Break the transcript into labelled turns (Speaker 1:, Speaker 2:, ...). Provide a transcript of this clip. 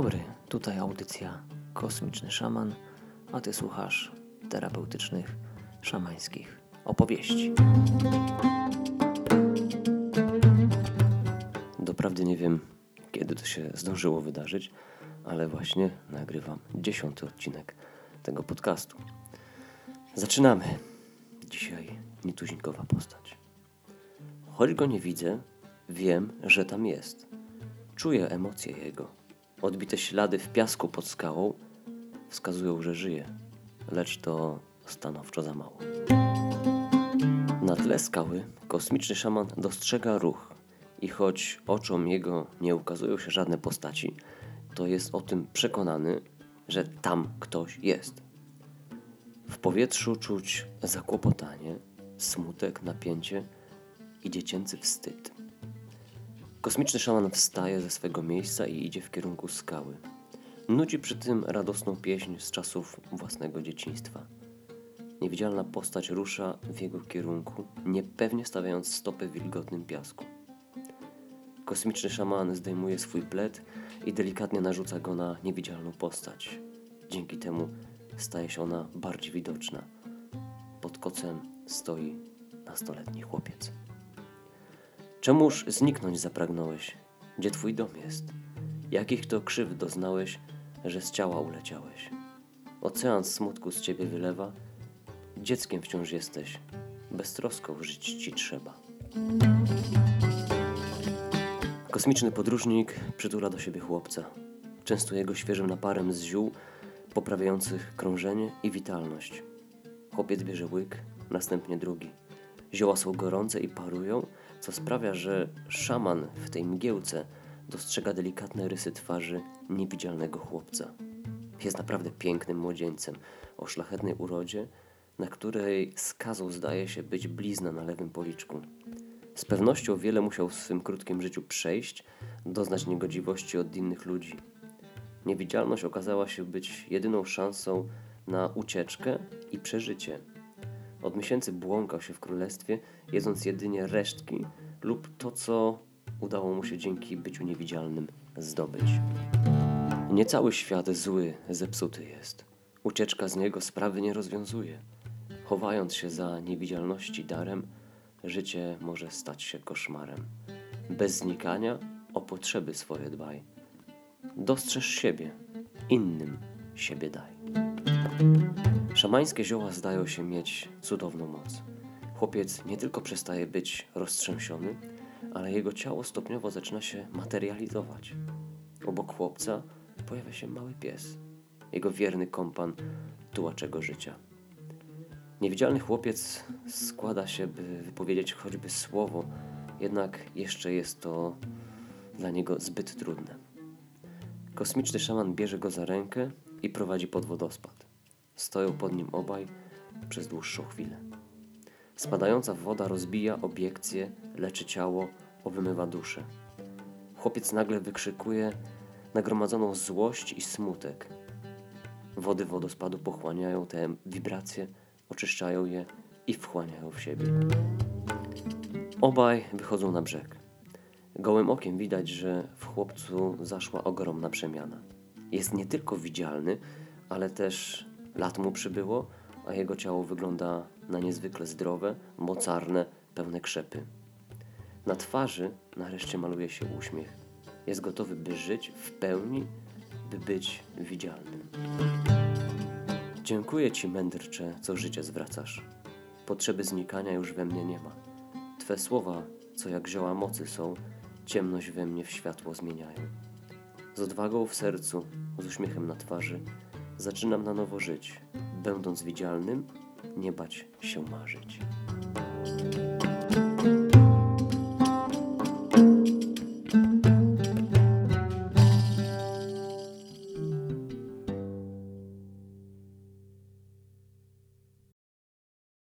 Speaker 1: dobry, tutaj audycja Kosmiczny Szaman, a Ty słuchasz terapeutycznych, szamańskich opowieści. Doprawdy nie wiem, kiedy to się zdążyło wydarzyć, ale właśnie nagrywam 10. odcinek tego podcastu. Zaczynamy. Dzisiaj nietuzinkowa postać. Choć go nie widzę, wiem, że tam jest. Czuję emocje jego. Odbite ślady w piasku pod skałą wskazują, że żyje, lecz to stanowczo za mało. Na tle skały kosmiczny szaman dostrzega ruch i choć oczom jego nie ukazują się żadne postaci, to jest o tym przekonany, że tam ktoś jest. W powietrzu czuć zakłopotanie, smutek, napięcie i dziecięcy wstyd. Kosmiczny szaman wstaje ze swego miejsca i idzie w kierunku skały. Nudzi przy tym radosną pieśń z czasów własnego dzieciństwa. Niewidzialna postać rusza w jego kierunku, niepewnie stawiając stopy w wilgotnym piasku. Kosmiczny szaman zdejmuje swój plet i delikatnie narzuca go na niewidzialną postać. Dzięki temu staje się ona bardziej widoczna. Pod kocem stoi nastoletni chłopiec. Czemuż zniknąć zapragnąłeś? Gdzie twój dom jest? Jakich to krzywd doznałeś, że z ciała uleciałeś? Ocean smutku z ciebie wylewa. Dzieckiem wciąż jesteś. Beztroską żyć ci trzeba. Kosmiczny podróżnik przytula do siebie chłopca. Częstuje go świeżym naparem z ziół poprawiających krążenie i witalność. Chłopiec bierze łyk, następnie drugi. Zioła są gorące i parują, co sprawia, że szaman w tej mgiełce dostrzega delikatne rysy twarzy niewidzialnego chłopca. Jest naprawdę pięknym młodzieńcem o szlachetnej urodzie, na której skazą zdaje się być blizna na lewym policzku. Z pewnością wiele musiał w swym krótkim życiu przejść, doznać niegodziwości od innych ludzi. Niewidzialność okazała się być jedyną szansą na ucieczkę i przeżycie. Od miesięcy błąkał się w królestwie, jedząc jedynie resztki lub to, co udało mu się dzięki byciu niewidzialnym zdobyć. Nie cały świat zły, zepsuty jest. Ucieczka z niego sprawy nie rozwiązuje. Chowając się za niewidzialności darem, życie może stać się koszmarem. Bez znikania o potrzeby swoje dbaj. Dostrzeż siebie, innym siebie daj. Szamańskie zioła zdają się mieć cudowną moc. Chłopiec nie tylko przestaje być roztrzęsiony, ale jego ciało stopniowo zaczyna się materializować. Obok chłopca pojawia się mały pies, jego wierny kompan tułaczego życia. Niewidzialny chłopiec składa się, by wypowiedzieć choćby słowo, jednak jeszcze jest to dla niego zbyt trudne. Kosmiczny szaman bierze go za rękę i prowadzi pod wodospad. Stoją pod nim obaj przez dłuższą chwilę. Spadająca woda rozbija obiekcje, leczy ciało, obmywa duszę. Chłopiec nagle wykrzykuje nagromadzoną złość i smutek. Wody wodospadu pochłaniają te wibracje, oczyszczają je i wchłaniają w siebie. Obaj wychodzą na brzeg. Gołym okiem widać, że w chłopcu zaszła ogromna przemiana. Jest nie tylko widzialny, ale też lat mu przybyło, a jego ciało wygląda na niezwykle zdrowe, mocarne, pełne krzepy. Na twarzy nareszcie maluje się uśmiech. Jest gotowy, by żyć w pełni, by być widzialnym. Dziękuję ci, mędrcze, co życie zwracasz. Potrzeby znikania już we mnie nie ma. Twe słowa, co jak zioła mocy są, ciemność we mnie w światło zmieniają. Z odwagą w sercu, z uśmiechem na twarzy, zaczynam na nowo żyć, będąc widzialnym, nie bać się marzyć.